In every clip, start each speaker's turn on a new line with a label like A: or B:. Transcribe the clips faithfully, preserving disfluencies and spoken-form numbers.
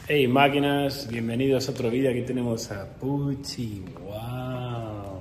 A: Hey máquinas, bienvenidos a otro vídeo. Aquí tenemos a Pucci. Wow.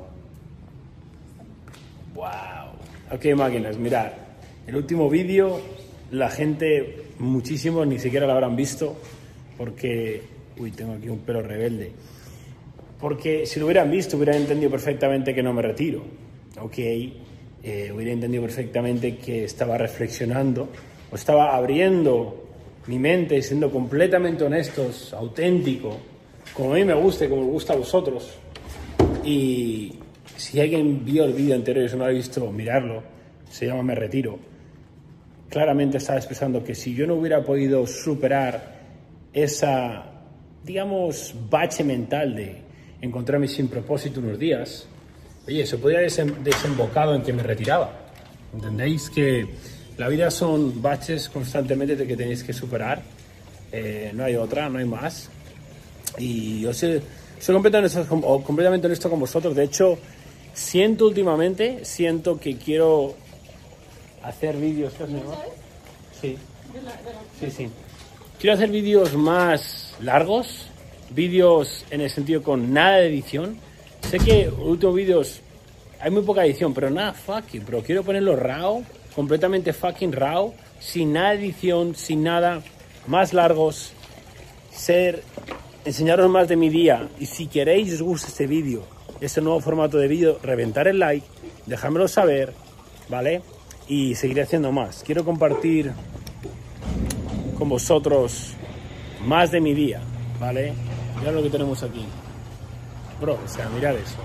A: Wow. Ok máquinas, mirad. El último vídeo la gente, muchísimos, ni siquiera lo habrán visto. Porque... Uy, tengo aquí un pelo rebelde. Porque si lo hubieran visto, hubieran entendido perfectamente que no me retiro. Ok. Eh, hubiera entendido perfectamente que estaba reflexionando. O estaba abriendo mi mente, siendo completamente honestos, auténtico, como a mí me gusta y como me gusta a vosotros. Y si alguien vio el vídeo anterior y eso no lo ha visto, mirarlo, se llama Me Retiro. Claramente estaba expresando que si yo no hubiera podido superar esa, digamos, bache mental de encontrarme sin propósito unos días, oye, se podría haber desembocado en que me retiraba. ¿Entendéis? Que la vida son baches constantemente de que tenéis que superar. Eh, no hay otra, no hay más. Y yo soy, soy completamente, honesto, completamente honesto con vosotros. De hecho, siento últimamente, siento que quiero hacer vídeos. ¿Qué has llamado? Sí. Sí, sí. Quiero hacer vídeos más largos, vídeos en el sentido con nada de edición. Sé que últimos vídeos hay muy poca edición, pero nada fucking, pero quiero ponerlo raw, completamente fucking raw, sin nada de edición, sin nada, más largos, ser, enseñaros más de mi día. Y si queréis, os gusta este vídeo, este nuevo formato de vídeo, reventar el like, dejármelo saber, ¿vale? Y seguiré haciendo más. Quiero compartir con vosotros más de mi día, ¿vale? Mirad lo que tenemos aquí. Bro, o sea, mirad eso.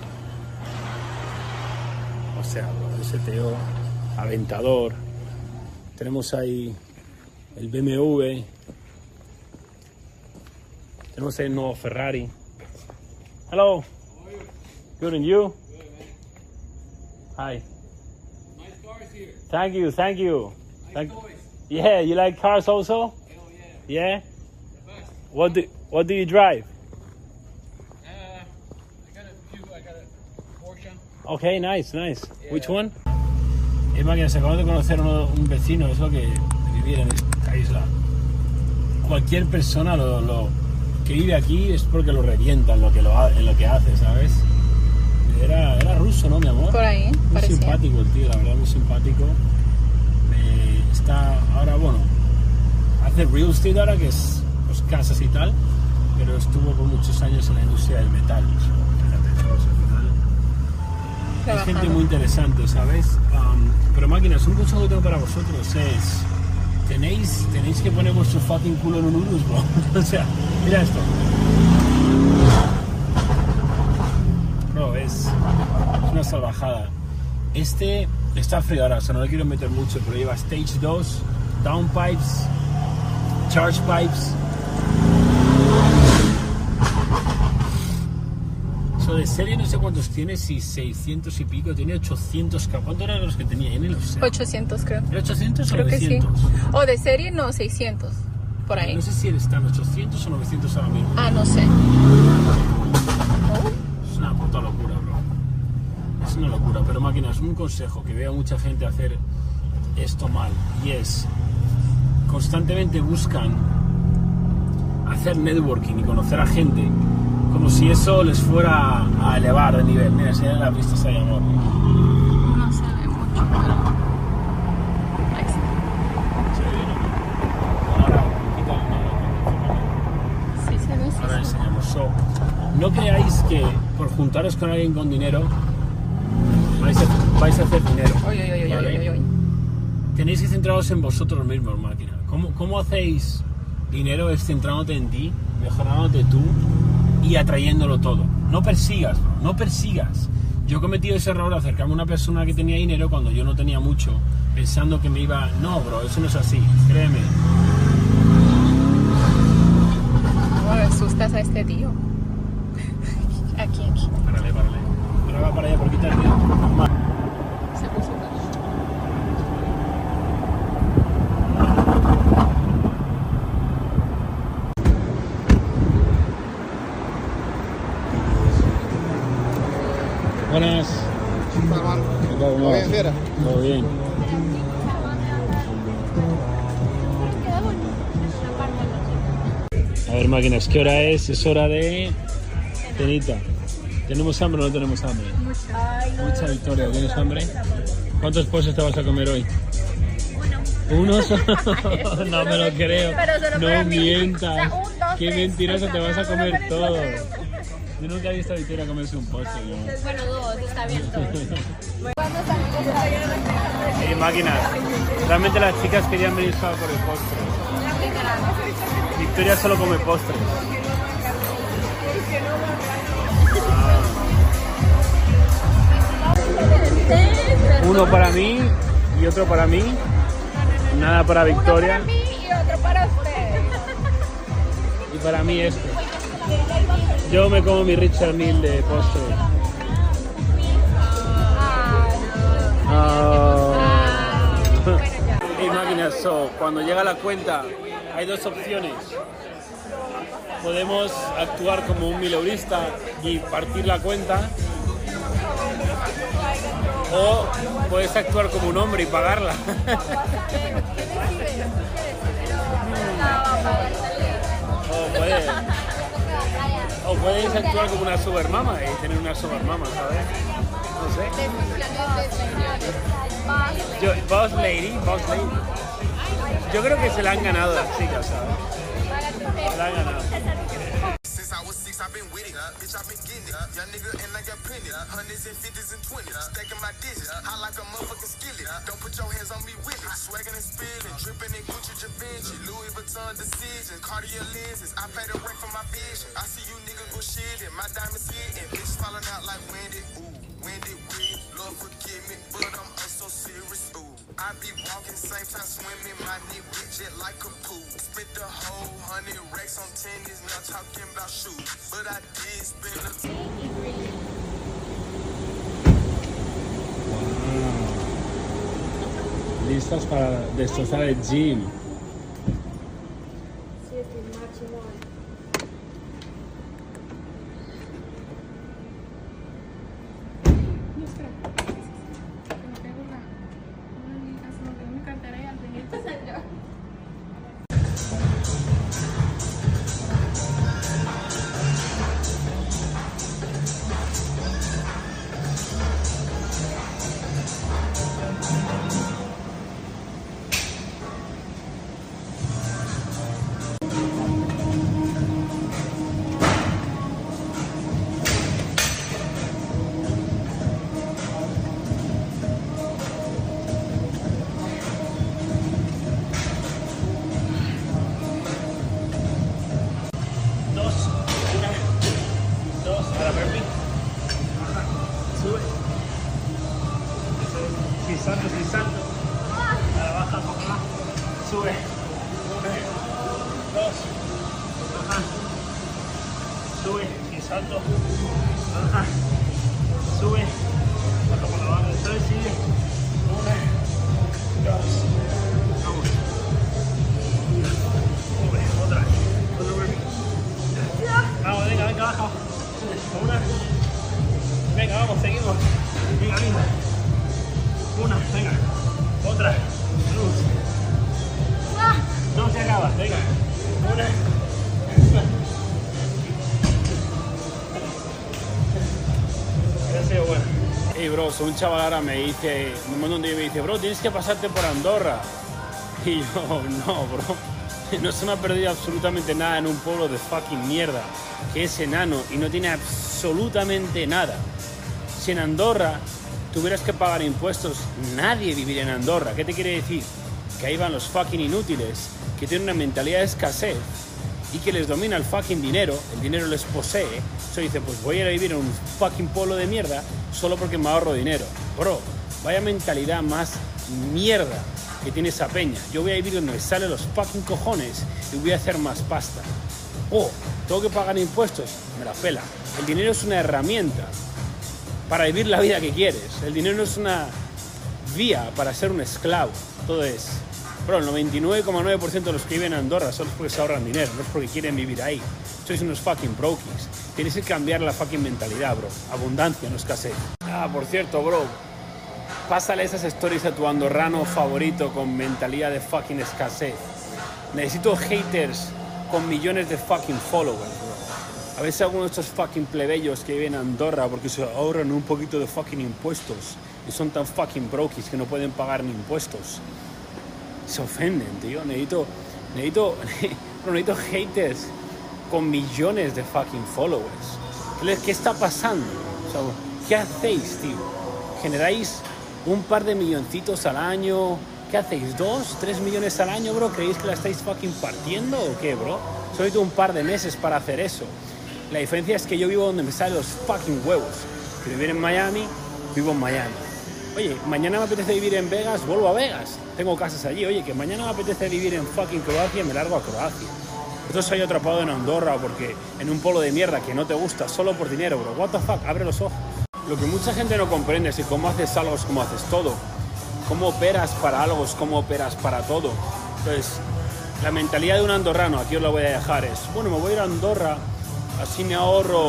A: O sea, S T O, Aventador. Tenemos ahí el B M W. Tenemos ahí el nuevo Ferrari. Hello. Good, and you? Hi.
B: Nice cars here.
A: Thank you, thank you.
B: Nice
A: Thank
B: toys.
A: Yeah, you like cars also?
B: Hell yeah.
A: Yeah.
B: The best.
A: What do What do you drive?
B: Uh, I got a few. I got a Porsche.
A: Okay, nice, nice.
B: Yeah.
A: Which one? Es más que se acabamos de conocer uno, un vecino, eso que vivir en esta isla. Cualquier persona lo, lo, que vive aquí es porque lo revienta en lo que, lo, ha- en lo que hace, ¿sabes? Era, era ruso, ¿no, mi amor?
C: Por ahí,
A: Muy
C: parecía.
A: simpático el tío, la verdad, muy simpático. Eh, está ahora, bueno, hace real estate ahora, que es pues, casas y tal, pero estuvo por muchos años en la industria del metal. Fíjate, ¿sabes? Al final, es gente
C: Trabajando.
A: muy interesante, ¿sabes? Um, pero máquinas, un consejo que tengo para vosotros es... Tenéis, tenéis que poner vuestro fucking culo en un Urus, bro. O sea, mira esto. Bro, es, es una salvajada. Este está frío ahora, o sea, no le quiero meter mucho, pero lleva Stage dos, Downpipes, Charge Pipes. Eso de serie no sé cuántos tiene, si seiscientos y pico, tiene ochocientos. ¿Cuántos eran los que tenía? Ya ni lo sé.
C: ochocientos creo.
A: ¿Era ochocientos o
C: Creo que sí.
A: novecientos?
C: O de serie no, seiscientos. Por ahí.
A: No sé si él está en ochocientos o novecientos ahora mismo.
C: Ah, no sé.
A: Es una puta locura, bro. Es una locura, pero máquinas, un consejo que veo a mucha gente hacer esto mal, y es constantemente buscan hacer networking y conocer a gente como si eso les fuera a elevar de nivel. Mira, si ya las vistas ahí, amor.
C: No se ve mucho, pero... Ahí sí.
A: Ahora, quita,
C: Sí se ve, sí
A: ahora
C: se ve.
A: enseñamos. So, no creáis que por juntaros con alguien con dinero vais a, vais a hacer dinero.
C: Oy, oy, oy, oy,
A: ¿vale?
C: oy, oy, oy.
A: Tenéis que centraros en vosotros mismos, máquina. ¿Cómo, cómo hacéis dinero? Es centrándote en ti, mejorándote tú y atrayéndolo todo. No persigas, bro, no persigas. Yo he cometido ese error de acercarme a una persona que tenía dinero cuando yo no tenía mucho, pensando que me iba... No, bro, eso no es así, créeme.
C: ¿Cómo me asustas a este tío? Aquí, aquí.
A: Párale, párale. Ahora va para allá por quitar el... Ma-
C: Se puso acá.
A: Buenas.
D: ¿Todo bien, Fiera?
A: Todo bien. A ver, máquinas, ¿qué hora es? Es hora de cenita. ¿Tenemos hambre o no tenemos hambre? Mucha, Victoria. ¿Tienes hambre? ¿Cuántos postres te vas a comer hoy? Uno. ¿Uno solo? No me lo creo. No mientas. Qué mentiroso, te vas a comer todo. Yo nunca he visto a Victoria comerse un postre. ¿No?
C: Bueno, dos, está abierto.
A: Hey, máquinas. Realmente las chicas querían venir solo por el postre. Victoria solo come postres. Uno para mí y otro para mí. Nada para Victoria.
C: Uno para mí y otro para ustedes.
A: Y para mí este. Yo me como mi Richard Mille de postre. Ah. Hey, máquinas, so, cuando llega la cuenta hay dos opciones. Podemos actuar como un mileurista y partir la cuenta, o puedes actuar como un hombre y pagarla. o, puedes, o puedes actuar como una supermama y tener una supermama, ¿sabes? No sé. Yo, boss lady, boss lady. Yo creo que se la han ganado las chicas, ¿sabes? Se la han ganado.
E: I've been with it, bitch, I've been getting it. Young nigga and I got plenty. Hundreds and fifties and twenties. Stacking my digits. Hot like a motherfucking skillet. Don't put your hands on me with it. Swagging and spilling. Dripping in Gucci Givenchy. Louis Vuitton decisions. Cartier lenses. I pay the rent for my vision. I see you niggas go shit. My diamonds hitting. Bitch falling out like Wendy. Ooh, Wendy weed. Lord forgive me, but I'm so serious. Ooh. I be walking, same time swimming, my knee rigid like a pool. Spent the whole hundred racks on tennis, not talking about shoes. But I did spend a...
A: Wow. Listas para destrozar el gym.
F: Salto, sin salto. Ahora baja, baja. Sube. Uno, dos. Baja. Sube, sin salto. Baja. Sube. Baja por la banda del sol, sigue. Uno, dos. Vamos. Sube, otra vez. Otro burpee. Vamos, venga, venga, baja. Una. Venga, vamos, seguimos. Venga, venga. Una, venga, otra, dos, ah, no se acaba, venga, una, ha sido bueno.
A: Hey bro, so un chaval ahora me dice, me manda un día y me dice, bro, tienes que pasarte por Andorra. Y yo, no bro, no se me ha perdido absolutamente nada en un pueblo de fucking mierda, que es enano y no tiene absolutamente nada. Si en Andorra tuvieras que pagar impuestos, nadie viviría en Andorra. ¿Qué te quiere decir? Que ahí van los fucking inútiles, que tienen una mentalidad de escasez y que les domina el fucking dinero, el dinero les posee. Eso dice, pues voy a ir a vivir en un fucking pueblo de mierda solo porque me ahorro dinero. Bro, vaya mentalidad más mierda que tiene esa peña. Yo voy a vivir donde me salen los fucking cojones y voy a hacer más pasta. Oh, tengo que pagar impuestos, me la pela. El dinero es una herramienta para vivir la vida que quieres. El dinero no es una vía para ser un esclavo. Todo es, bro, el noventa y nueve coma nueve por ciento de los que viven en Andorra solo es porque se ahorran dinero, no es porque quieren vivir ahí. Sois unos fucking brokies. Tienes que cambiar la fucking mentalidad, bro. Abundancia, no escasez. Ah, por cierto, bro, pásale esas stories a tu andorrano favorito con mentalidad de fucking escasez. Necesito haters con millones de fucking followers, bro. A veces algunos de estos fucking plebeyos que viven en Andorra porque se ahorran un poquito de fucking impuestos y son tan fucking brokies que no pueden pagar ni impuestos. Se ofenden, tío. Necesito, necesito, necesito haters con millones de fucking followers. ¿Qué, qué está pasando? O sea, ¿qué hacéis, tío? ¿Generáis un par de milloncitos al año? ¿Qué hacéis? ¿Dos? ¿Tres millones al año, bro? ¿Creéis que la estáis fucking partiendo o qué, bro? Solo necesito un par de meses para hacer eso. La diferencia es que yo vivo donde me salen los fucking huevos. Si vivir en Miami, vivo en Miami. Oye, mañana me apetece vivir en Vegas, vuelvo a Vegas. Tengo casas allí. Oye, que mañana me apetece vivir en fucking Croacia, me largo a Croacia. Entonces soy atrapado en Andorra porque en un pueblo de mierda que no te gusta solo por dinero, bro. What the fuck, abre los ojos. Lo que mucha gente no comprende es que cómo haces algo es como haces todo. Cómo operas para algo es como operas para todo. Entonces, la mentalidad de un andorrano, aquí os la voy a dejar, es, bueno, me voy a ir a Andorra, así me ahorro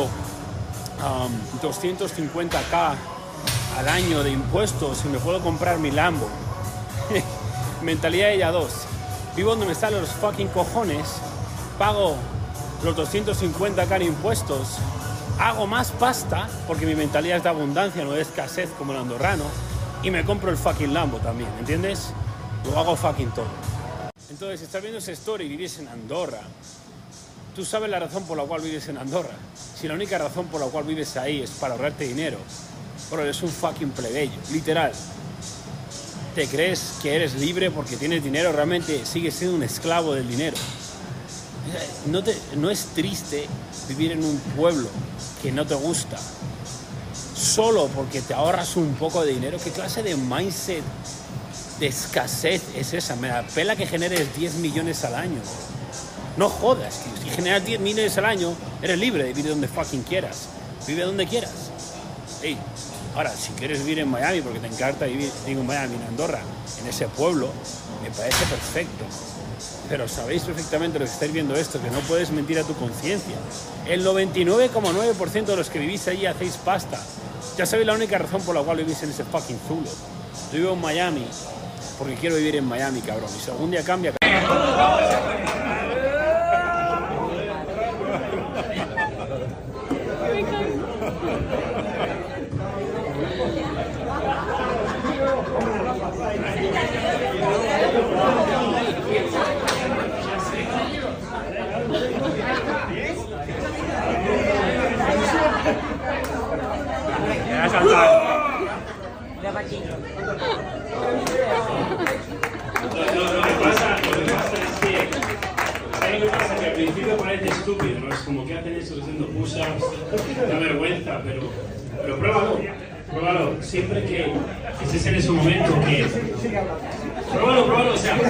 A: um, doscientos cincuenta mil al año de impuestos y me puedo comprar mi Lambo. Mentalidad de ella dos. Vivo donde me salen los fucking cojones, pago los doscientos cincuenta mil en impuestos, hago más pasta, porque mi mentalidad es de abundancia, no de escasez como el andorrano, y me compro el fucking Lambo también, ¿entiendes? Lo hago fucking todo. Entonces, si estás viendo esa story y vives en Andorra, tú sabes la razón por la cual vives en Andorra. Si la única razón por la cual vives ahí es para ahorrarte dinero, bro, eres un fucking plebeyo, literal. Te crees que eres libre porque tienes dinero, realmente sigues siendo un esclavo del dinero. No, te, no es triste vivir en un pueblo que no te gusta solo porque te ahorras un poco de dinero. ¿Qué clase de mindset de escasez es esa? Me da pela que generes diez millones al año. No jodas, tío. Si generas diez millones al año, eres libre de vivir donde fucking quieras. Vive donde quieras. Hey, ahora, si quieres vivir en Miami, porque te encanta vivir, digo en Miami, en Andorra, en ese pueblo, me parece perfecto. Pero sabéis perfectamente los que estáis viendo esto, que no puedes mentir a tu conciencia. El noventa y nueve coma nueve por ciento de los que vivís allí hacéis pasta. Ya sabéis la única razón por la cual vivís en ese fucking zulo. Yo vivo en Miami porque quiero vivir en Miami, cabrón. Y si algún día cambia... Al principio parece estúpido, ¿no? Es como que hacen eso haciendo push-ups, da vergüenza, pero, pero pruébalo, pruébalo. Siempre que estés en ese momento que... Pruébalo, pruébalo, o sea...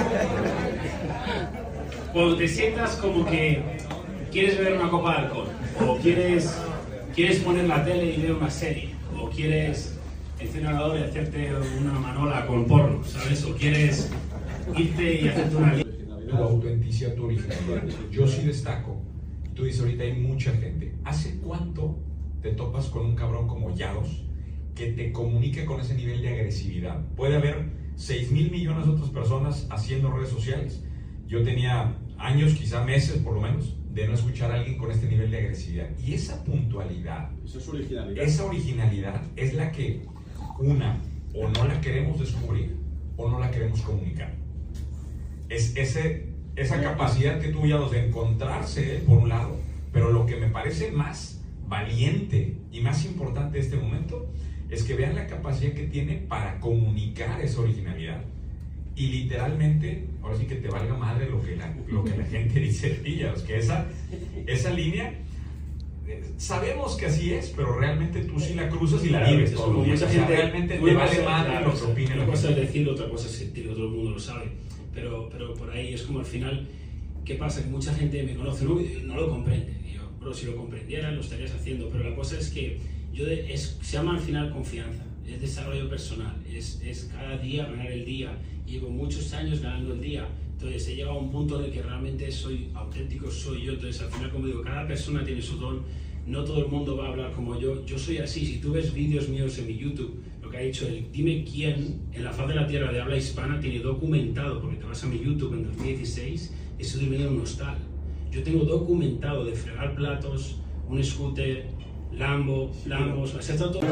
A: Cuando te sientas como que quieres beber una copa de alcohol, o quieres, quieres poner la tele y ver una serie, o quieres encender un orador y hacerte una manola con porno, ¿sabes? O quieres irte y hacerte una...
G: Tu autenticidad, tu originalidad. Yo sí destaco, tú dices ahorita hay mucha gente. ¿Hace cuánto te topas con un cabrón como Yados que te comunica con ese nivel de agresividad? Puede haber seis mil millones de otras personas haciendo redes sociales. Yo tenía años, quizá meses por lo menos, de no escuchar a alguien con este nivel de agresividad. Y esa puntualidad,
D: Esa es originalidad.
G: esa originalidad es la que, una, o no la queremos descubrir o no la queremos comunicar. Es ese, esa capacidad que tuvimos de encontrarse, por un lado, pero lo que me parece más valiente y más importante de este momento es que vean la capacidad que tiene para comunicar esa originalidad. Y literalmente, ahora sí que te valga madre lo que la, lo que la gente dice de ti, ya, que esa, esa línea, sabemos que así es, pero realmente tú sí la cruzas y la vives todos los días. O sea, realmente te vale madre lo que opine.
A: Una cosa es decirlo, otra cosa es sentirlo, todo el mundo lo sabe. Pero, pero por ahí es como al final, ¿qué pasa? Que mucha gente me conoce, no, no lo comprende. Y yo, bro, si lo comprendieran lo estarías haciendo. Pero la cosa es que yo de, es, se llama al final confianza, es desarrollo personal, es, es cada día ganar el día. Llevo muchos años ganando el día. Entonces he llegado a un punto de que realmente soy auténtico, soy yo. Entonces al final, como digo, cada persona tiene su don. No todo el mundo va a hablar como yo. Yo soy así. Si tú ves vídeos míos en mi YouTube, lo que ha dicho el dime quién en la faz de la tierra de habla hispana tiene documentado, porque te vas a mi YouTube en dos mil dieciséis, he sido medio un hostal. Yo tengo documentado de fregar platos, un scooter, Lambo, Lambos, las he hecho todo.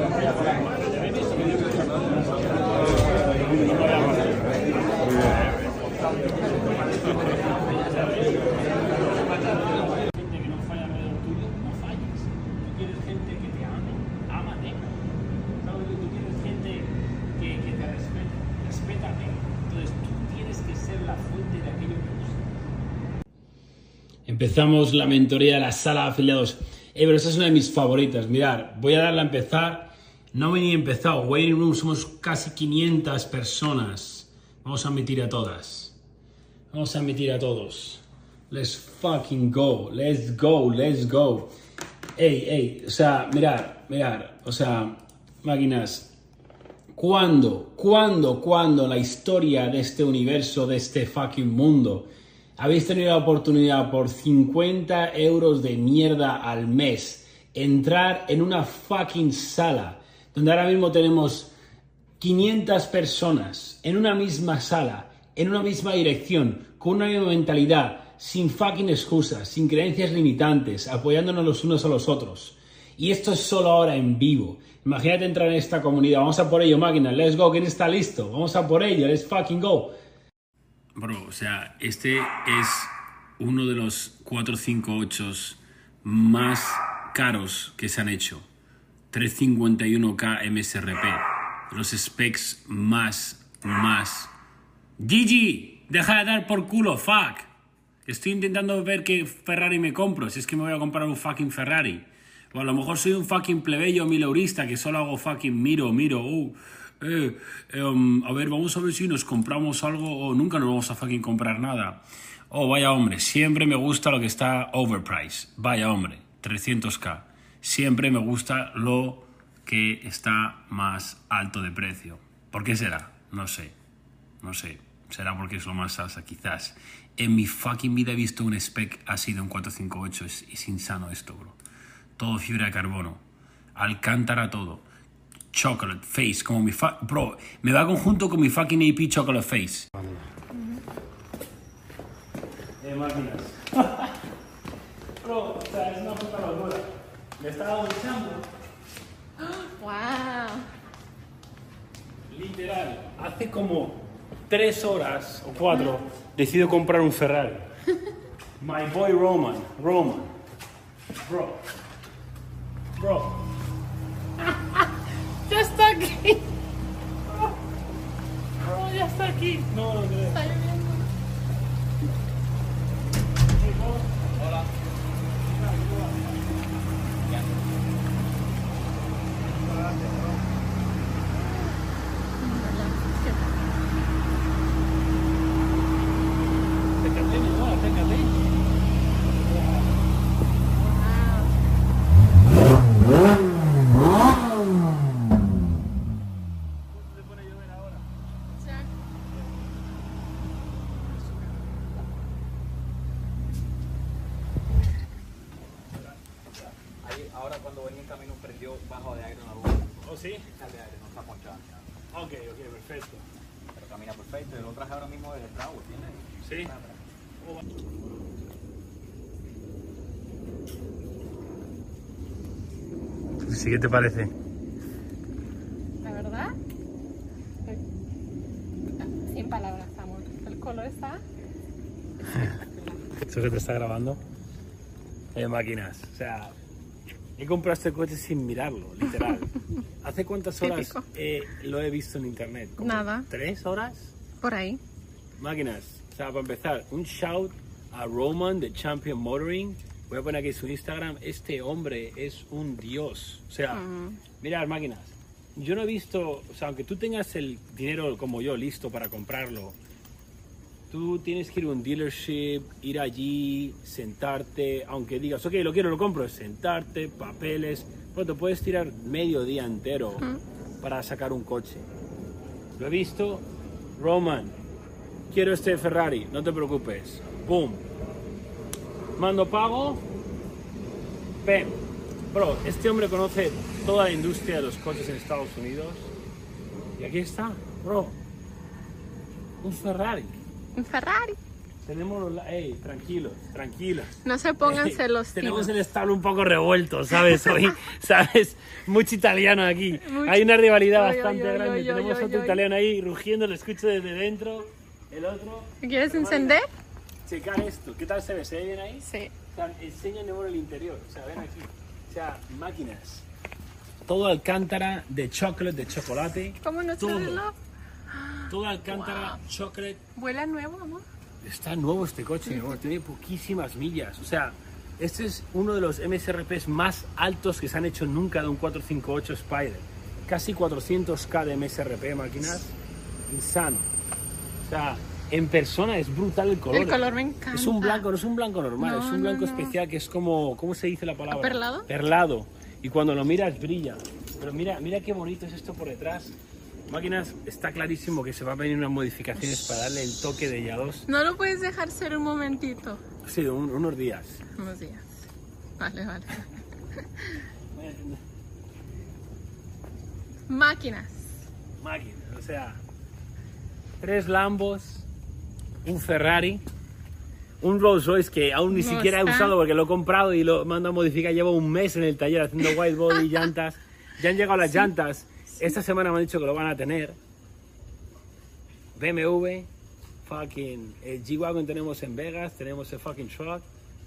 A: Gente que no falla alrededor tuyo, no falles. Tú quieres gente que te ame, ámate. ¿Sabes? Tú quieres gente que, que te respete, respétate. Entonces tú tienes que ser la fuente de aquello que buscas. Empezamos la mentoría de la sala de afiliados. Eh, pero esta es una de mis favoritas. Mirad, voy a darle a empezar. No he ni empezado. Waiting room, somos casi quinientas personas. Vamos a admitir a todas. Vamos a admitir a todos. Let's fucking go. Let's go, let's go. Ey, ey, o sea, mirad, mirad. O sea, máquinas. ¿Cuándo, cuándo, cuándo en la historia de este universo, de este fucking mundo, habéis tenido la oportunidad por cincuenta euros de mierda al mes entrar en una fucking sala donde ahora mismo tenemos quinientas personas en una misma sala, en una misma dirección, con una misma mentalidad, sin fucking excusas, sin creencias limitantes, apoyándonos los unos a los otros? Y esto es solo ahora en vivo. Imagínate entrar en esta comunidad. Vamos a por ello, máquina. Let's go. ¿Quién está listo? Vamos a por ello. Let's fucking go. Bro, o sea, este es uno de los cuatro cinco ocho más caros que se han hecho. trescientos cincuenta y uno K M S R P. Los specs más, más. Gigi, deja de dar por culo, fuck. Estoy intentando ver qué Ferrari me compro. Si es que me voy a comprar un fucking Ferrari. O a lo mejor soy un fucking plebeyo mileurista que solo hago fucking miro, miro, uh. Eh, eh, um, a ver, vamos a ver si nos compramos algo o nunca nos vamos a fucking comprar nada. Oh, vaya hombre, siempre me gusta lo que está overpriced. Vaya hombre, trescientos K. Siempre me gusta lo que está más alto de precio. ¿Por qué será? No sé. No sé. Será porque es lo más salsa, quizás. En mi fucking vida he visto un spec así de un cuatro cinco ocho. Es, es insano esto, bro. Todo fibra de carbono. Alcántara todo. Chocolate Face, como mi fa... Bro, me va conjunto con mi fucking A P Chocolate Face. Uh-huh. Eh, máquinas. Bro, o sea, es una puta locura. Me estaba duchando.
C: Wow.
A: Literal, hace como tres horas o cuatro decido comprar un Ferrari. My boy Roman, Roman. Bro. Bro.
C: Ya está aquí.
A: Bro, ya está aquí. No, no creo.
C: Está lloviendo.
B: Hola.
A: Acércate, no, acércate.
B: Ahora cuando venía en camino prendió bajo de aire en la luz.
A: ¿Oh, sí?
B: Sale de aire, no está ponchado.
A: Ok, ok, perfecto.
B: Pero camina perfecto. Yo lo traje ahora mismo desde el Bravo, ¿tienes?
A: Sí. Sí, ¿qué te parece?
C: La verdad, sin palabras, amor. El color está...
A: ¿Eso que te está grabando? Eh, máquinas, o sea, he comprado este coche sin mirarlo, literal. ¿Hace cuántas horas eh, lo he visto en internet? ¿Como
C: Nada.
A: ¿Tres horas?
C: Por ahí.
A: Máquinas, o sea, para empezar, un shout a Roman de Champion Motoring. Voy a poner aquí su Instagram. Este hombre es un dios. O sea, uh-huh. Mirad, máquinas, yo no he visto, o sea, aunque tú tengas el dinero como yo listo para comprarlo, tú tienes que ir a un dealership, ir allí, sentarte, aunque digas, ok, lo quiero, lo compro, es sentarte, papeles, pero te puedes tirar medio día entero uh-huh. para sacar un coche. Lo he visto. Roman, quiero este Ferrari, no te preocupes. Boom. Mando pago. Ven. Bro, este hombre conoce toda la industria de los coches en Estados Unidos. Y aquí está, bro. Un Ferrari.
C: Un Ferrari.
A: Tenemos los... Ey, tranquilos, tranquilos.
C: No se pongan
A: Ey,
C: celos.
A: Tenemos el establo un poco revuelto, ¿sabes? Hoy, ¿sabes? Mucho italiano aquí.
C: Mucho.
A: Hay una rivalidad
C: Oy,
A: bastante
C: oy, oy,
A: grande.
C: oy,
A: Tenemos
C: oy,
A: otro
C: oy.
A: italiano ahí rugiendo, lo escucho desde dentro. El otro...
C: ¿Quieres encender?
A: Checar esto. ¿Qué tal se ve? ¿Se ve bien ahí?
C: Sí.
A: O sea, enséñame por el interior. O sea, ven aquí. O sea, máquinas. Todo alcántara de chocolate, de chocolate.
C: ¿Cómo no
A: Todo.
C: saberlo?
A: Todo alcántara, chocolate.
C: ¿Vuela nuevo, amor?
A: Está nuevo este coche, mi amor. Tiene poquísimas millas. O sea, este es uno de los M S R Ps más altos que se han hecho nunca de un cuatrocientos cincuenta y ocho Spider. Casi cuatrocientos K de M S R P máquinas. Insano. O sea, en persona es brutal el color.
C: El color me encanta.
A: Es un blanco, no es un blanco normal,
C: No,
A: es un
C: no,
A: blanco
C: no.
A: especial que es como, ¿cómo se dice la palabra?
C: ¿Perlado?
A: Perlado. Y cuando lo miras brilla. Pero mira, mira qué bonito es esto por detrás. Máquinas, está clarísimo que se va a venir unas modificaciones para darle el toque de ya dos.
C: No lo puedes dejar ser un momentito.
A: Sí, un- unos días.
C: Unos días. Vale, vale. Máquinas.
A: Máquinas, o sea, tres Lambos, un Ferrari, un Rolls Royce que aún ni
C: No
A: siquiera he
C: está.
A: usado porque lo he comprado y lo mando a modificar. Llevo un mes en el taller haciendo white body, llantas. Ya han llegado las llantas. Esta semana me han dicho que lo van a tener. B M W, fucking el G-Wagon tenemos en Vegas, tenemos el fucking truck.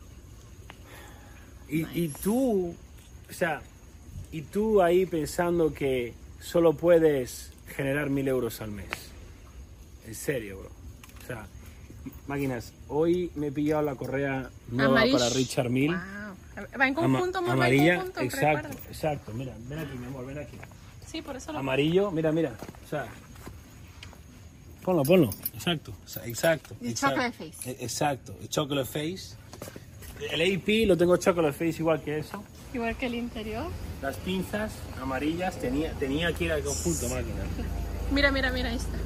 A: Y, y tú, o sea, y tú ahí pensando que solo puedes generar mil euros al mes. En serio, bro. O sea, máquinas, hoy me he pillado la correa nueva
C: Amarillo.
A: para Richard Mille.
C: Wow. Va en
A: Ama-
C: conjunto, amor, va en
A: amarilla,
C: conjunto,
A: exacto,
C: recuerda.
A: exacto. Mira, ven aquí, mi amor, ven aquí.
C: Sí, por eso lo...
A: Amarillo, mira, mira. O sea, ponlo, ponlo. Exacto, o sea, exacto.
C: Y
A: exacto.
C: chocolate face.
A: E- Exacto, el chocolate face. El A P lo tengo chocolate face igual que eso.
C: Igual que el interior.
A: Las pinzas amarillas tenía, tenía que ir al conjunto, máquina.
C: Mira, mira, mira, ahí está.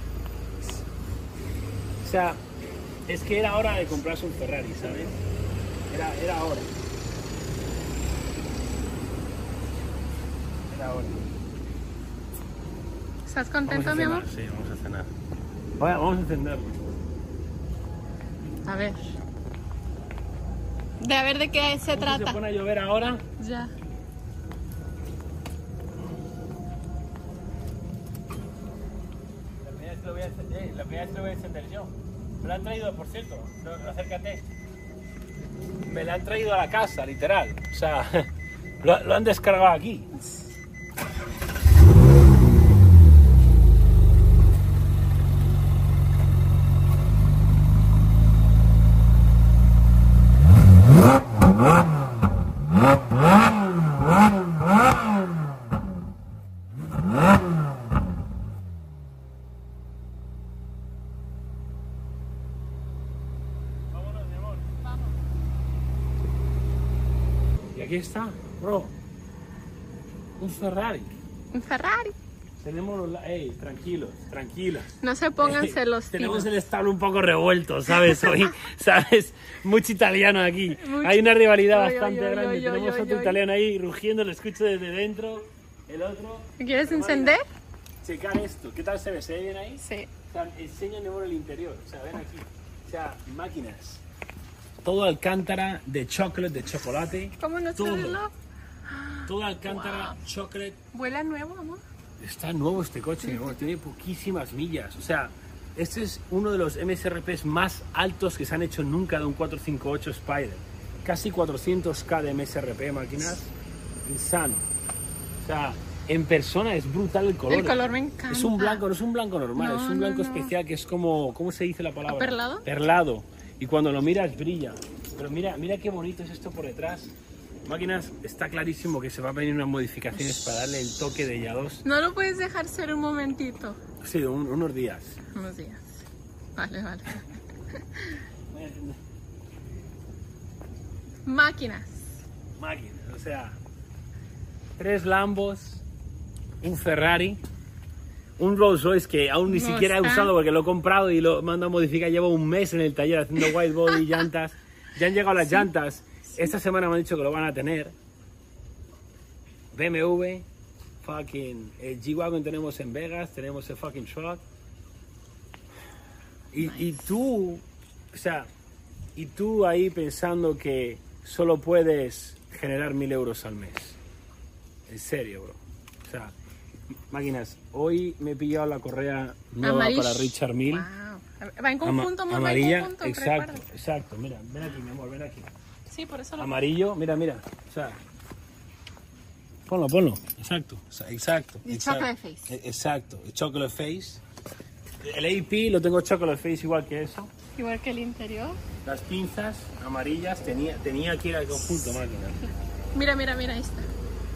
A: O sea, es que era hora de comprarse un Ferrari, ¿sabes? Era, era hora. Era hora.
C: ¿Estás
A: Vamos
C: contento,
A: a
C: mi
A: cenar,
C: amor?
A: sí, vamos a cenar. Vaya, vamos a encenderlo.
C: A ver. De a ver de qué se
A: ¿Cómo
C: trata.
A: se pone a llover ahora?
C: Ya.
A: La primera vez lo voy a encender, la primera vez lo voy a encender yo. Me lo han traído, por cierto, no, acércate. Me la han traído a la casa, literal. O sea, lo, lo han descargado aquí. Vámonos, mi amor.
C: Vamos.
A: Y aquí está, bro. Un Ferrari.
C: Un Ferrari.
A: Tenemos los... la- Ey, tranquilos, tranquilos.
C: No se pongan
A: Ey,
C: celos.
A: Tenemos el establo un poco revuelto, ¿sabes? Hoy, ¿sabes? Mucho italiano aquí.
C: Mucho.
A: Hay una rivalidad
C: Oy,
A: bastante
C: oy, oy,
A: grande.
C: oy,
A: Tenemos
C: oy,
A: otro
C: oy.
A: italiano ahí rugiendo, lo escucho desde dentro. El otro...
C: ¿Quieres encender?
A: Checar esto. ¿Qué tal se ve? ¿Se ve bien ahí?
C: Sí.
A: O sea, enséñame por el interior. O sea, ven aquí. O sea, máquinas. Todo alcántara de chocolate, de chocolate.
C: ¿Cómo no
A: Todo.
C: saberlo?
A: Todo alcántara, chocolate.
C: ¿Vuela nuevo, amor?
A: Está nuevo este coche, mi amor. Tiene poquísimas millas. O sea, este es uno de los M S R Ps más altos que se han hecho nunca de un cuatrocientos cincuenta y ocho Spider. Casi cuatrocientos K de M S R P máquinas. Insano. O sea, en persona es brutal el color.
C: El color me encanta.
A: Es un blanco, no es un blanco normal,
C: No,
A: es un
C: no,
A: blanco
C: no.
A: especial que es como, ¿cómo se dice la palabra?
C: ¿Perlado?
A: Perlado. Y cuando lo miras brilla. Pero mira, mira qué bonito es esto por detrás. Máquinas, está clarísimo que se va a venir unas modificaciones para darle el toque de ya dos.
C: No lo puedes dejar ser un momentito.
A: Sí, un- unos días.
C: Unos días. Vale, vale. Máquinas.
A: Máquinas, o sea, tres Lambos, un Ferrari, un Rolls Royce que aún ni
C: No
A: siquiera he
C: está.
A: usado porque lo he comprado y lo mando a modificar. Llevo un mes en el taller haciendo white body, llantas. Ya han llegado las llantas. Esta semana me han dicho que lo van a tener. B M W, fucking el G-Wagon tenemos en Vegas, tenemos el fucking truck. Y, y tú, o O sea, y tú ahí pensando que solo puedes generar mil euros al mes. En serio, bro. O sea, máquinas, hoy me he pillado la correa nueva
C: Amarish.
A: para Richard Mille.
C: Wow. Va en conjunto,
A: Ama
C: amor,
A: amarilla,
C: va en conjunto,
A: exacto,
C: recuerda.
A: exacto. Mira, ven aquí, mi amor, ven aquí.
C: Sí, por eso lo...
A: Amarillo, mira, mira. O sea, ponlo, ponlo. Exacto, o sea, exacto.
C: Y
A: exacto.
C: chocolate face.
A: E- Exacto, el chocolate face. El A P lo tengo chocolate face igual que eso.
C: Igual que el interior.
A: Las pinzas amarillas tenía, tenía que ir al conjunto, máquina.
C: Mira, mira, mira, ahí está.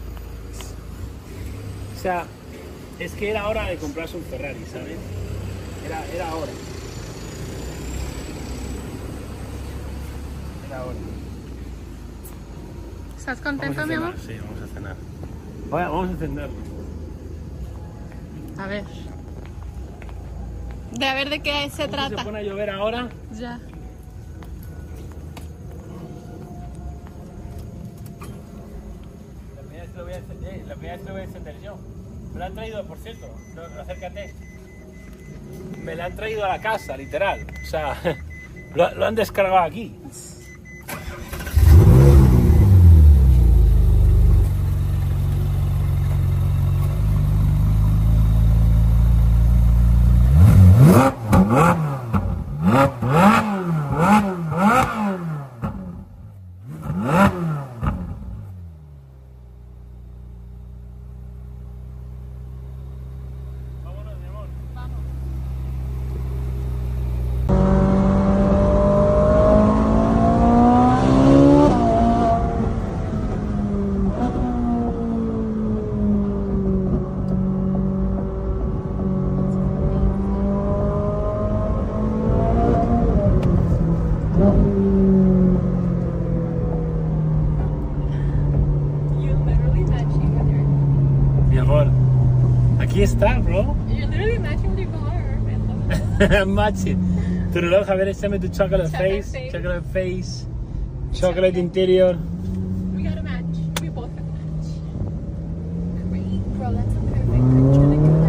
A: O sea, es que era hora de comprarse un Ferrari, ¿sabes? Era, era hora. Era hora.
C: ¿Estás
A: Vamos
C: contento,
A: a
C: mi
A: cenar,
C: amor?
A: sí, vamos a cenar. Vaya, vamos a encenderlo.
C: A ver. De a ver de qué se
A: Se
C: trata.
A: pone a llover ahora.
C: Ya.
A: La primera vez lo voy a encender, eh, la primera vez lo voy a encender yo. Me la han traído, por cierto, no, acércate. Me la han traído a la casa, literal. O sea, lo, lo han descargado aquí. Vámonos, mi amor.
C: You're literally matching with your...
A: Mi amor, aquí está, bro.
C: You're literally matching with your car.
A: Matching. Tu reloj, a ver, échame tu chocolate
C: Chocolate
A: face.
C: face.
A: Chocolate face. Chocolate interior.
C: We got a match. We both have a match. Great, bro. That's a perfect picture. Look at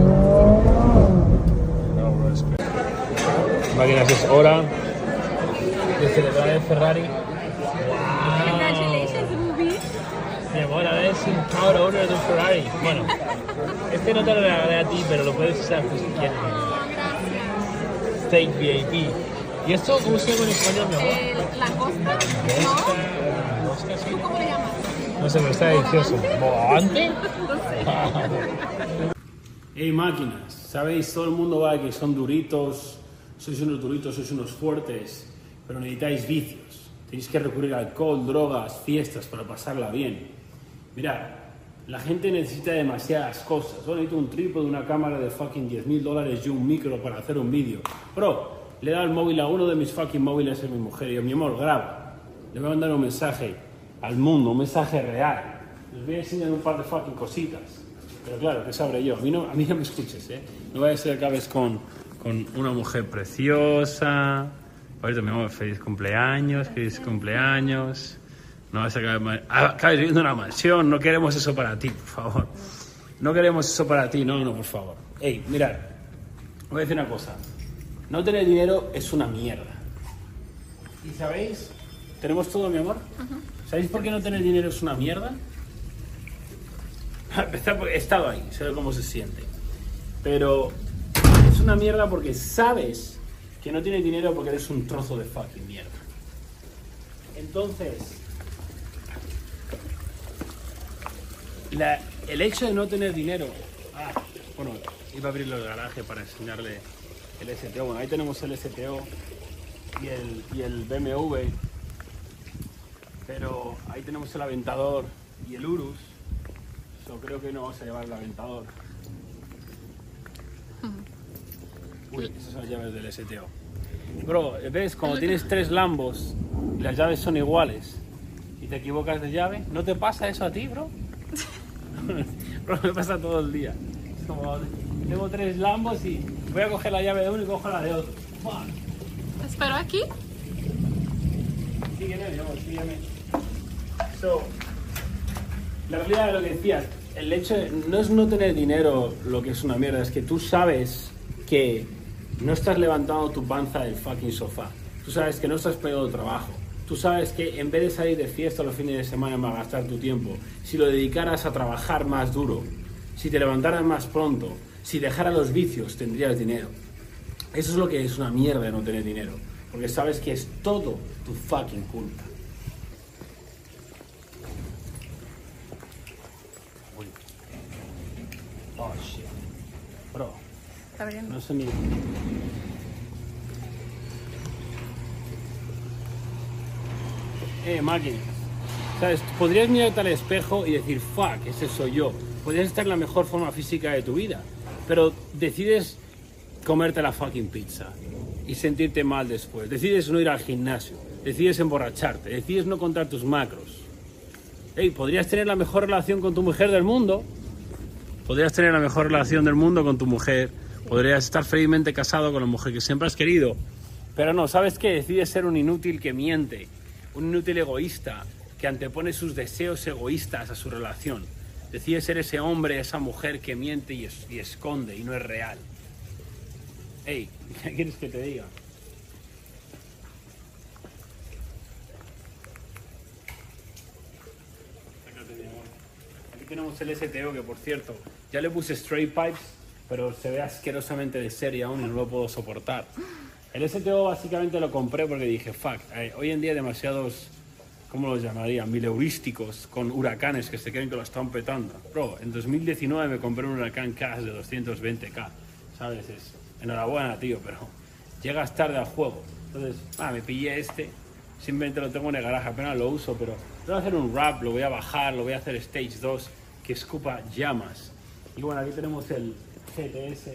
C: that.
A: No, bro, espera. Máquinas, es hora de celebrar el Ferrari.
C: Congratulations, Ruby.
A: Mi amor, ahora es un proud owner de un Ferrari. Bueno, este no te lo regalé a ti, pero lo puedes usar pues, si quieres.
C: Oh, gracias.
A: Steak V I P. ¿Y esto cómo se llama en español, mi amor?
C: Eh, ¿La costa?
A: Esta, mosca, sí.
C: ¿No? ¿Tú cómo le llamas?
A: No sé, pero está delicioso. ¿Bogavante?
C: No sé.
A: Hey, máquinas, ¿sabéis? Todo el mundo va que son duritos, sois unos duritos, sois unos fuertes, pero necesitáis vicios. Tenéis que recurrir a alcohol, drogas, fiestas para pasarla bien. Mirad, la gente necesita demasiadas cosas. Yo necesito un trípode, una cámara de fucking diez mil dólares y un micro para hacer un vídeo. Bro, le he dado el móvil a uno de mis fucking móviles a mi mujer y yo, mi amor, graba. Le voy a mandar un mensaje al mundo, un mensaje real. Les voy a enseñar un par de fucking cositas. Pero claro, que sabré yo. A mí no, a mí no me escuches, ¿eh? No vaya a ser que acabes con, con una mujer preciosa. Ahorita, mi amor, feliz cumpleaños, feliz cumpleaños. No vas a acabar, acabes viviendo en una mansión. No queremos eso para ti, por favor. No queremos eso para ti, no, no, por favor. Ey, mirad, voy a decir una cosa. No tener dinero es una mierda. ¿Y sabéis? ¿Tenemos todo, mi amor? ¿Sabéis por qué no tener dinero es una mierda? He estado ahí, sé cómo se siente. Pero es una mierda porque sabes que no tienes dinero porque eres un trozo de fucking mierda. Entonces, la, el hecho de no tener dinero... Ah, bueno, iba a abrirlo el garaje para enseñarle el S T O. Bueno, ahí tenemos el S T O y el, y el B M W. Pero ahí tenemos el Aventador y el Urus. Yo creo que no vamos a llevar el Aventador. Uy, esas son las llaves del S T O. Bro, ¿ves? Cuando tienes tres Lambos y las llaves son iguales y te equivocas de llave, ¿no te pasa eso a ti, bro? Bro, me pasa todo el día. Es como, tengo tres Lambos y voy a coger la llave de uno y cojo la de otro. Fuck.
C: ¿Espero aquí?
A: Sígueme, mi amor, sígueme. So, la realidad de lo que decías, el hecho de, no es no tener dinero lo que es una mierda, es que tú sabes que no estás levantando tu panza del fucking sofá. Tú Tú sabes que no estás pegado de trabajo. Tú sabes que en vez de salir de fiesta los fines de semana para gastar tu tiempo, si lo dedicaras a trabajar más duro, si te levantaras más pronto, si dejaras los vicios, tendrías dinero. Eso es lo que es una mierda de no tener dinero, porque sabes que es todo tu fucking culpa. Uy. Oh shit. Bro.
C: Está bien.
A: No sé ni... Eh, máquina. ¿Sabes? Podrías mirarte al espejo y decir, fuck, ese soy yo. Podrías estar en la mejor forma física de tu vida, pero decides comerte la fucking pizza y sentirte mal después. Decides no ir al gimnasio, decides emborracharte, decides no contar tus macros. Hey, podrías tener la mejor relación con tu mujer del mundo. Podrías tener la mejor relación del mundo con tu mujer. Podrías estar felizmente casado con la mujer que siempre has querido. Pero no, ¿sabes qué? Decides ser un inútil que miente. Un inútil egoísta que antepone sus deseos egoístas a su relación. Decide ser ese hombre, esa mujer que miente y, es, y esconde y no es real. Ey, ¿qué quieres que te diga? Aquí tenemos el S T O que, por cierto, ya le puse straight pipes, pero se ve asquerosamente de serie aún y no lo puedo soportar. El S T O básicamente lo compré porque dije, fuck, eh, hoy en día hay demasiados, ¿cómo los llamaría? Mileurísticos con huracanes que se creen que lo están petando. Bro, en dos mil diecinueve me compré un huracán Cash de doscientos veinte K, ¿sabes? Es, enhorabuena, tío, pero llegas tarde al juego. Entonces, ah, me pillé este, simplemente lo tengo en el garaje, apenas lo uso, pero voy a hacer un rap, lo voy a bajar, lo voy a hacer Stage dos, que escupa llamas. Y bueno, aquí tenemos el G T S.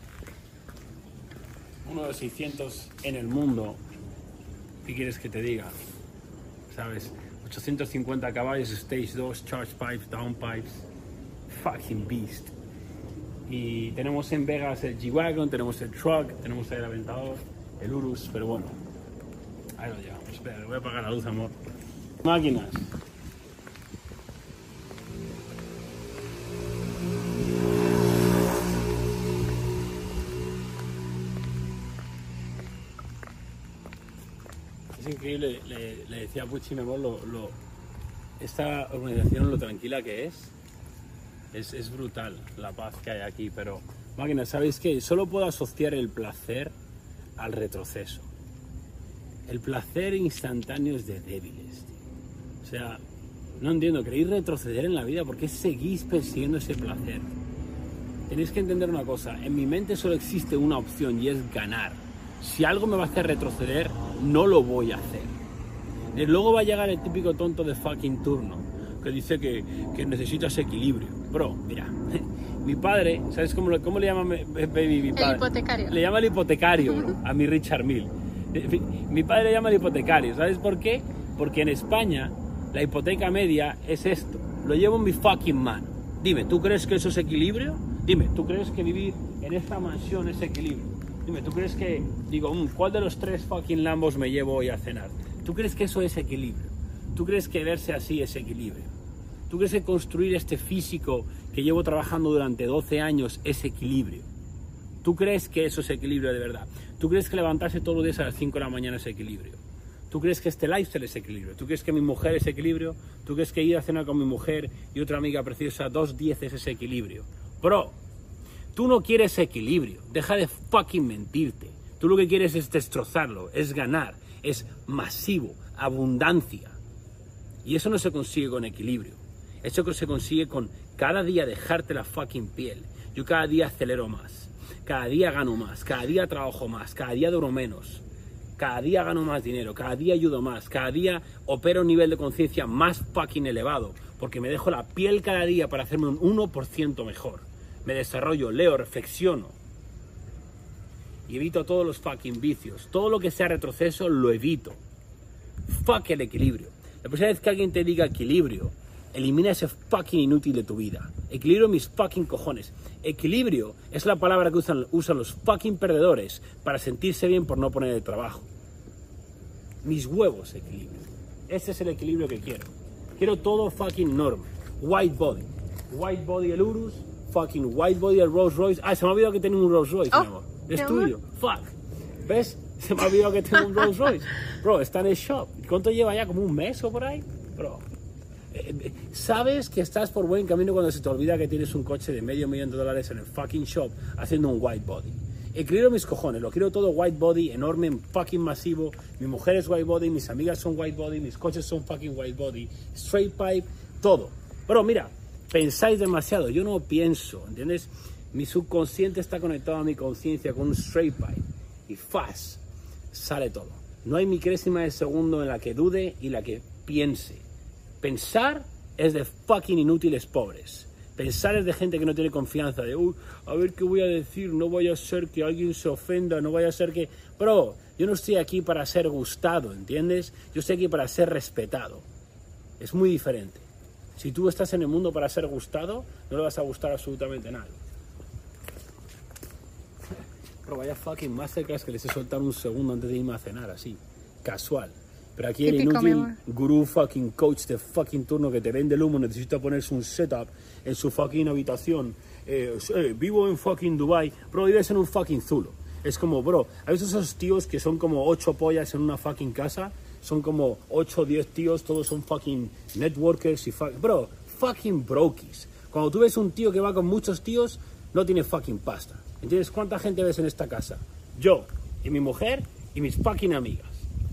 A: Uno de los seiscientos en el mundo. ¿Qué quieres que te diga? ¿Sabes? ochocientos cincuenta caballos, Stage dos, Charge Pipes, Down Pipes. Fucking beast. Y tenemos en Vegas el G-Wagon, tenemos el Truck, tenemos el Aventador, el Urus, pero bueno. Ahí lo llevamos. Espera, le voy a apagar la luz, amor. Máquinas. Es increíble, le, le decía a Pucci, mi amor, lo, lo, esta organización, lo tranquila que es, es, es brutal la paz que hay aquí, pero máquina, ¿sabéis qué? Solo puedo asociar el placer al retroceso. El placer instantáneo es de débiles, tío. O sea, no entiendo, queréis retroceder en la vida, ¿por qué seguís persiguiendo ese placer? Tenéis que entender una cosa, en mi mente solo existe una opción y es ganar. Si algo me va a hacer retroceder, no lo voy a hacer. Y luego va a llegar el típico tonto de fucking turno, que dice que, que necesitas equilibrio. Bro, mira, mi padre, ¿sabes cómo, cómo le llama mi, mi, mi padre?
C: El hipotecario.
A: Le llama el hipotecario, bro, a mi Richard Mille. Mi padre le llama el hipotecario, ¿sabes por qué? Porque en España la hipoteca media es esto. Lo llevo en mi fucking mano. Dime, ¿tú crees que eso es equilibrio? Dime, ¿tú crees que vivir en esta mansión es equilibrio? Dime, ¿tú crees que, digo, ¿cuál de los tres fucking Lambos me llevo hoy a cenar? ¿Tú crees que eso es equilibrio? ¿Tú crees que verse así es equilibrio? ¿Tú crees que construir este físico que llevo trabajando durante doce años es equilibrio? ¿Tú crees que eso es equilibrio de verdad? ¿Tú crees que levantarse todos los días a las cinco de la mañana es equilibrio? ¿Tú crees que este lifestyle es equilibrio? ¿Tú crees que mi mujer es equilibrio? ¿Tú crees que ir a cenar con mi mujer y otra amiga preciosa dos dieces es equilibrio? Bro, tú no quieres equilibrio, deja de fucking mentirte. Tú lo que quieres es destrozarlo, es ganar, es masivo, abundancia. Y eso no se consigue con equilibrio. Eso se consigue con cada día dejarte la fucking piel. Yo cada día acelero más, cada día gano más, cada día trabajo más, cada día duro menos, cada día gano más dinero, cada día ayudo más, cada día opero un nivel de conciencia más fucking elevado, porque me dejo la piel cada día para hacerme un uno por ciento mejor. Me desarrollo, leo, reflexiono y evito todos los fucking vicios. Todo lo que sea retroceso lo evito. Fuck el equilibrio. La próxima vez que alguien te diga equilibrio, elimina ese fucking inútil de tu vida. Equilibrio mis fucking cojones. Equilibrio es la palabra que usan, usan los fucking perdedores para sentirse bien por no poner el trabajo. Mis huevos, equilibrio. Ese es el equilibrio que quiero. Quiero todo fucking normal. White body. White body el Urus. Fucking white body el Rolls Royce. Ah, se me ha olvidado que tenía un Rolls Royce,
C: oh,
A: mi amor. Es
C: mi
A: tuyo.
C: amor.
A: Fuck. ¿Ves? Se me ha olvidado que tengo un Rolls Royce. Bro, está en el shop. ¿Cuánto lleva ya? ¿Como un mes o por ahí? Bro, eh, sabes que estás por buen camino cuando se te olvida que tienes un coche de medio millón de dólares en el fucking shop haciendo un white body. He quiero mis cojones, lo quiero todo white body, enorme, fucking masivo. Mi mujer es white body, mis amigas son white body, mis coches son fucking white body, straight pipe, todo. Bro, mira, pensáis demasiado, yo no pienso, ¿entiendes? Mi subconsciente está conectado a mi conciencia con un straight pipe y fast, sale todo. No hay milésima de segundo en la que dude y la que piense. Pensar es de fucking inútiles pobres. Pensar es de gente que no tiene confianza, de, uy, a ver qué voy a decir, no vaya a ser que alguien se ofenda, no vaya a ser que... Bro, yo no estoy aquí para ser gustado, ¿entiendes? Yo estoy aquí para ser respetado. Es muy diferente. Si tú estás en el mundo para ser gustado, no le vas a gustar absolutamente a nadie. Pero vaya fucking masterclass que les he soltado un segundo antes de irme a cenar, así, casual. Pero aquí el
C: Típico,
A: inútil gurú fucking coach de fucking turno que te vende el humo necesita ponerse un setup en su fucking habitación. Eh, eh, vivo en fucking Dubai, bro, vives en un fucking zulo. Es como, bro, ¿has visto esos tíos que son como ocho pollas en una fucking casa? Son como ocho o diez tíos, todos son fucking networkers y fucking... Bro, fucking brokies. Cuando tú ves un tío que va con muchos tíos, no tiene fucking pasta. ¿Entiendes? ¿Cuánta gente ves en esta casa? Yo, y mi mujer, y mis fucking amigas.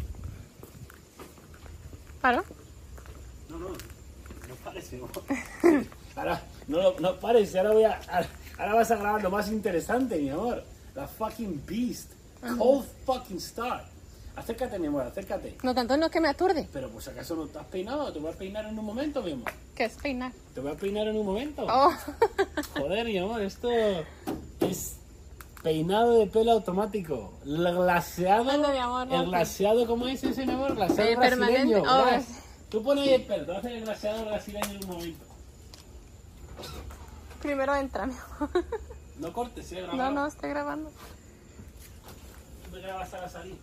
C: ¿Paro?
A: No, no, no pares, no. Ahora, no, no pares, ahora voy a... Ahora vas a grabar lo más interesante, mi amor. La fucking beast. Cold fucking star. Acércate, mi amor, acércate.
C: No tanto, no es que me aturde.
A: Pero pues acaso no te has peinado, te voy a peinar en un momento, mi amor.
C: ¿Qué es peinar?
A: Te voy a peinar en un momento.
C: Oh.
A: Joder, mi amor, esto es peinado de pelo automático. Glaseado.
C: Anda, mi amor,
A: el
C: no,
A: glaseado, ¿cómo es ese, mi amor? Glaseado
C: El permanente.
A: brasileño.
C: Oh,
A: Glas.
C: es-
A: Tú pones ahí el pelo, te voy a hacer el glaseado brasileño en un momento.
C: Primero entra, mi amor.
A: No cortes, ¿eh?
C: No, no, estoy grabando.
A: Tú me grabas a salir.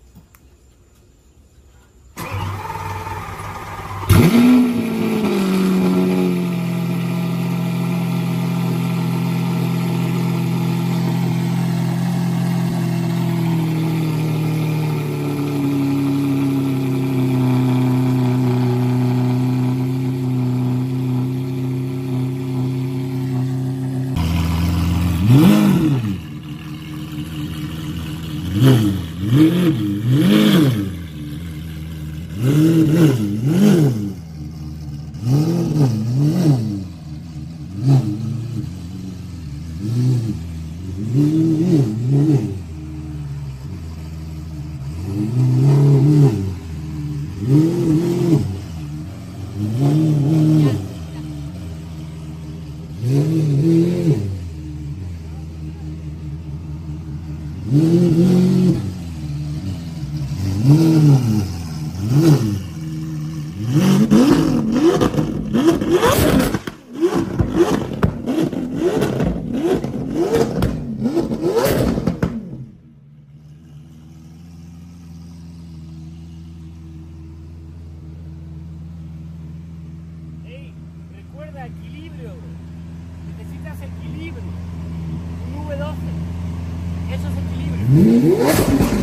A: Hey, recuerda equilibrio. Necesitas equilibrio. Un V doce. Eso es equilibrio. Uh,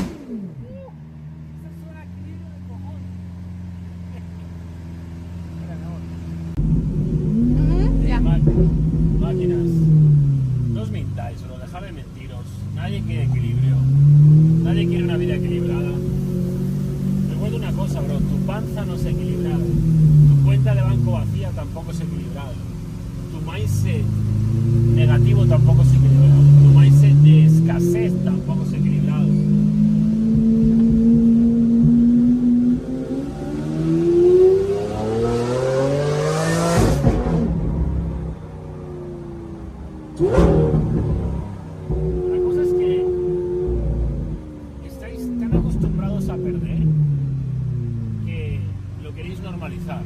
A: eso suena a equilibrio de cojones. Mira, mi amor.
C: Ya.
A: Máquinas, máquinas. No os mintáis, bro, dejad de mentiros. Nadie quiere equilibrio. Nadie quiere una vida equilibrada. Recuerda una cosa, bro, tu panza no es equilibrada. Tu cuenta de banco vacía tampoco es equilibrada. Tu mindset negativo tampoco es equilibrado. Tu mindset de escasez tampoco es equilibrado. La cosa es que estáis tan acostumbrados a perder que lo queréis normalizar.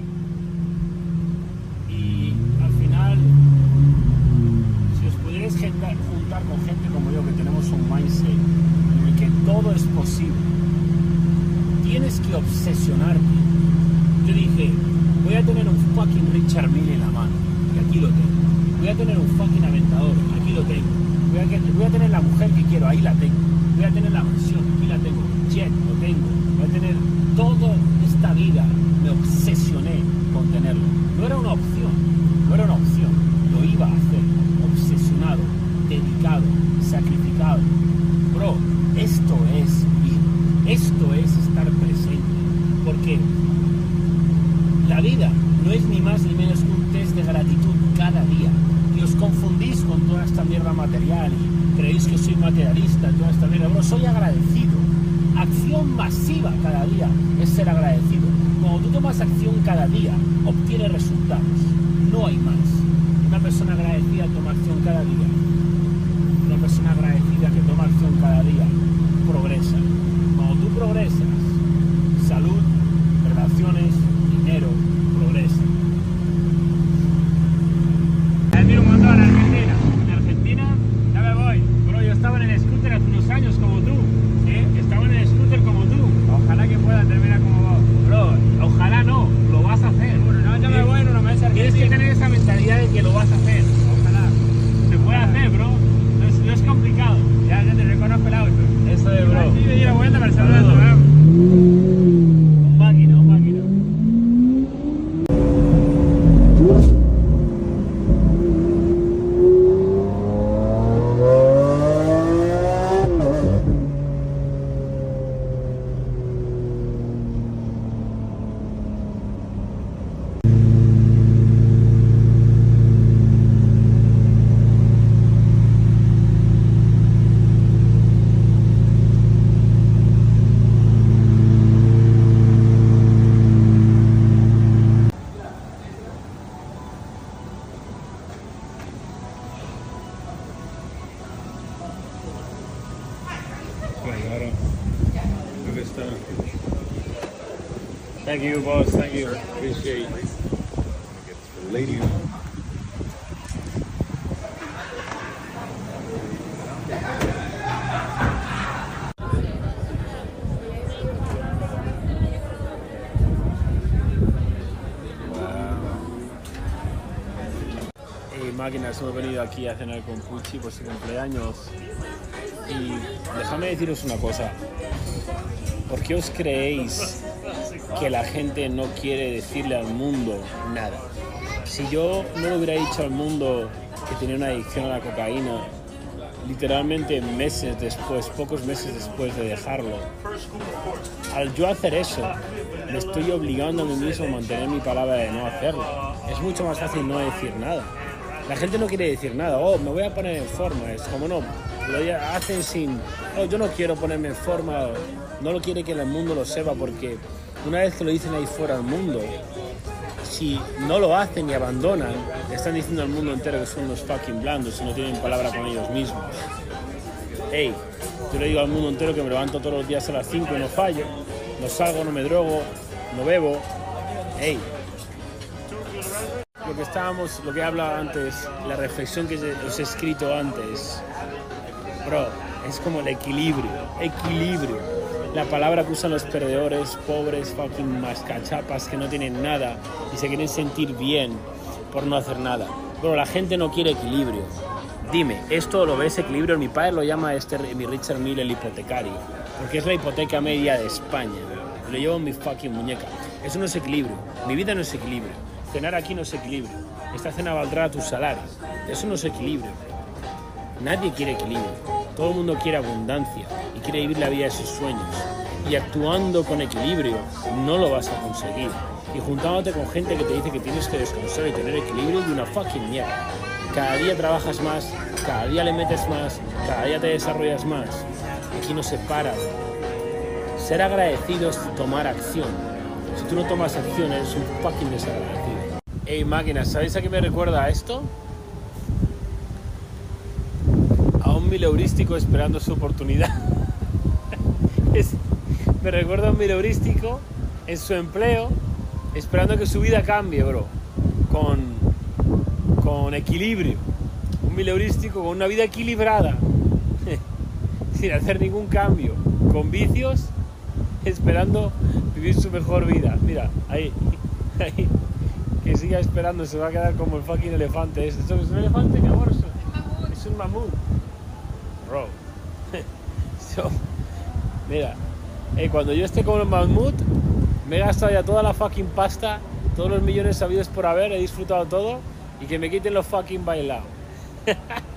A: Y al final, si os pudierais juntar, juntar con gente como yo, que tenemos un mindset en el que todo es posible, tienes que obsesionarte. Yo dije, voy a tener un fucking Richard Mille en la mano, y aquí lo tengo. Voy a tener un fucking Aventador, aquí lo tengo. Voy a, voy a tener la mujer que quiero, ahí la tengo. Voy a tener la mansión, aquí la tengo. jet, lo tengo. Voy a tener toda esta vida. Me obsesioné con tenerlo. No era una opción, no era una opción. Lo iba a hacer. Obsesionado, dedicado, sacrificado. Bro, esto es vida. Esto es estar presente. Porque la vida no es ni más ni menos que un test de gratitud cada día. Y os confundís con toda esta mierda material y creéis que soy materialista, toda esta mierda. Bro, soy agradecido. Acción masiva cada día es ser agradecido. Cuando tú tomas acción cada día, obtienes resultados. No hay más. Una persona agradecida toma acción cada día. Una persona agradecida que toma acción cada día progresa. Cuando tú progresas, salud, relaciones, dinero, progresa. Admiro un montón a Argentina. En Argentina, ya me voy. Bro, yo estaba en el scooter hace unos años como tú. ¿Eh? Estaba en el scooter como tú. Ojalá que pueda terminar como vos. Bro, ojalá no, lo vas a hacer. Bueno, no, ya me voy en una mesa. Tienes que tener esa mentalidad de que lo vas a hacer. Ojalá. Se puede hacer, bro. No es, no es complicado. Ya, ya te reconozco el auto. Eso es, bro. Sí, me di la vuelta para saludar. Un máquina, un máquina. Thank you, boss. Thank you. Appreciate it.
D: Lady.
A: Hey, máquinas, hemos venido aquí a cenar con Pucci por su cumpleaños. Y déjame deciros una cosa. ¿Por qué os creéis que la gente no quiere decirle al mundo nada? Si yo no le hubiera dicho al mundo que tenía una adicción a la cocaína, literalmente meses después, pocos meses después de dejarlo, al yo hacer eso, me estoy obligando a mí mismo a mantener mi palabra de no hacerlo. Es mucho más fácil no decir nada. La gente no quiere decir nada. Oh, me voy a poner en forma. Es como no, lo hacen sin... Oh, yo no quiero ponerme en forma. No lo quiere que el mundo lo sepa, porque una vez que lo dicen ahí fuera al mundo, si no lo hacen y abandonan, están diciendo al mundo entero que son unos fucking blandos y no tienen palabra con ellos mismos. Hey, yo le digo al mundo entero que me levanto todos los días a las cinco y no fallo, no salgo, no me drogo, no bebo. Hey, lo que estábamos, lo que he hablado antes, la reflexión que os he escrito antes, bro, es como el equilibrio, equilibrio. La palabra que usan los perdedores, pobres, fucking mascachapas que no tienen nada y se quieren sentir bien por no hacer nada. Pero la gente no quiere equilibrio. Dime, ¿esto lo ves equilibrio? Mi padre lo llama este, mi Richard Mille el hipotecario, porque es la hipoteca media de España. Lo llevo en mi fucking muñeca. Eso no es equilibrio. Mi vida no es equilibrio. Cenar aquí no es equilibrio. Esta cena valdrá a tus salarios. Eso no es equilibrio. Nadie quiere equilibrio. Todo el mundo quiere abundancia y quiere vivir la vida de sus sueños. Y actuando con equilibrio no lo vas a conseguir. Y juntándote con gente que te dice que tienes que descansar y tener equilibrio de una fucking mierda. Cada día trabajas más, cada día le metes más, cada día te desarrollas más. Aquí no se para. Ser agradecido es tomar acción. Si tú no tomas acción, eres un fucking desagradecido. Hey, máquinas, ¿sabéis a qué me recuerda esto? A un mileurístico esperando su oportunidad. es, me recuerda a un mileurístico en su empleo, esperando que su vida cambie, bro. Con, con equilibrio. Un mileurístico con una vida equilibrada. Sin hacer ningún cambio. Con vicios, esperando vivir su mejor vida. Mira, ahí, ahí. Que siga esperando, se va a quedar como el fucking elefante ese. ¿Esto es un elefante, mi amor? Es un mamut. Bro. So, mira, Eh, cuando yo esté como el mamut, me he gastado ya toda la fucking pasta, todos los millones sabidos por haber, he disfrutado todo y que me quiten los fucking bailados.